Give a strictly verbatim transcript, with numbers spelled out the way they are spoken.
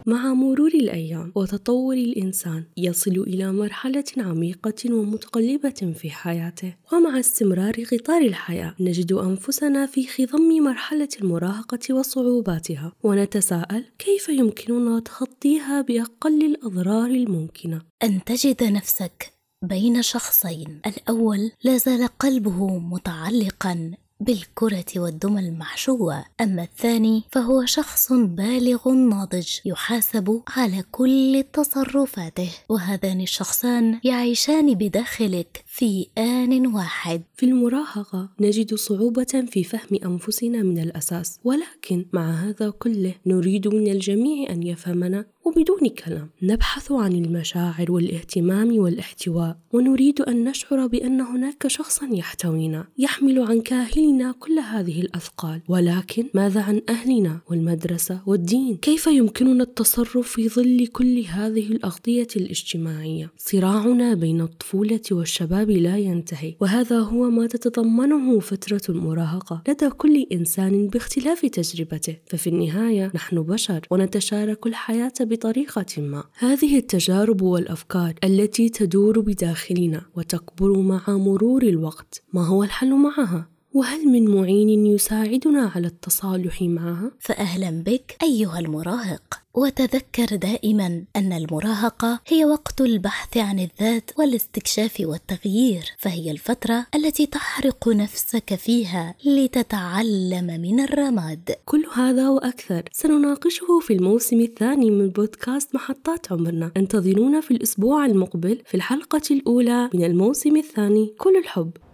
مع مرور الأيام وتطور الإنسان يصل إلى مرحلة عميقة ومتقلبة في حياته، ومع استمرار قطار الحياة نجد أنفسنا في خضم مرحلة المراهقة وصعوباتها، ونتساءل كيف يمكننا تخطيها بأقل الأضرار الممكنة. أن تجد نفسك بين شخصين، الأول لا زال قلبه متعلقاً بالكرة والدمى المحشوة، أما الثاني فهو شخص بالغ ناضج يحاسب على كل تصرفاته، وهذان الشخصان يعيشان بداخلك في آن واحد. في المراهقة نجد صعوبة في فهم أنفسنا من الأساس، ولكن مع هذا كله نريد من الجميع أن يفهمنا وبدون كلام. نبحث عن المشاعر والاهتمام والاحتواء، ونريد أن نشعر بأن هناك شخصا يحتوينا يحمل عن كاهلنا كل هذه الأثقال. ولكن ماذا عن أهلنا والمدرسة والدين؟ كيف يمكننا التصرف في ظل كل هذه الأغطية الاجتماعية؟ صراعنا بين الطفولة والشباب لا ينتهي، وهذا هو ما تتضمنه فترة المراهقة لدى كل إنسان باختلاف تجربته، ففي النهاية نحن بشر ونتشارك الحياة بطريقة ما. هذه التجارب والأفكار التي تدور بداخلنا وتكبر مع مرور الوقت، ما هو الحل معها؟ وهل من معين يساعدنا على التصالح معها؟ فأهلا بك أيها المراهق، وتذكر دائما أن المراهقة هي وقت البحث عن الذات والاستكشاف والتغيير، فهي الفترة التي تحرق نفسك فيها لتتعلم من الرماد. كل هذا وأكثر سنناقشه في الموسم الثاني من بودكاست محطات عمرنا. انتظرونا في الأسبوع المقبل في الحلقة الأولى من الموسم الثاني. كل الحب.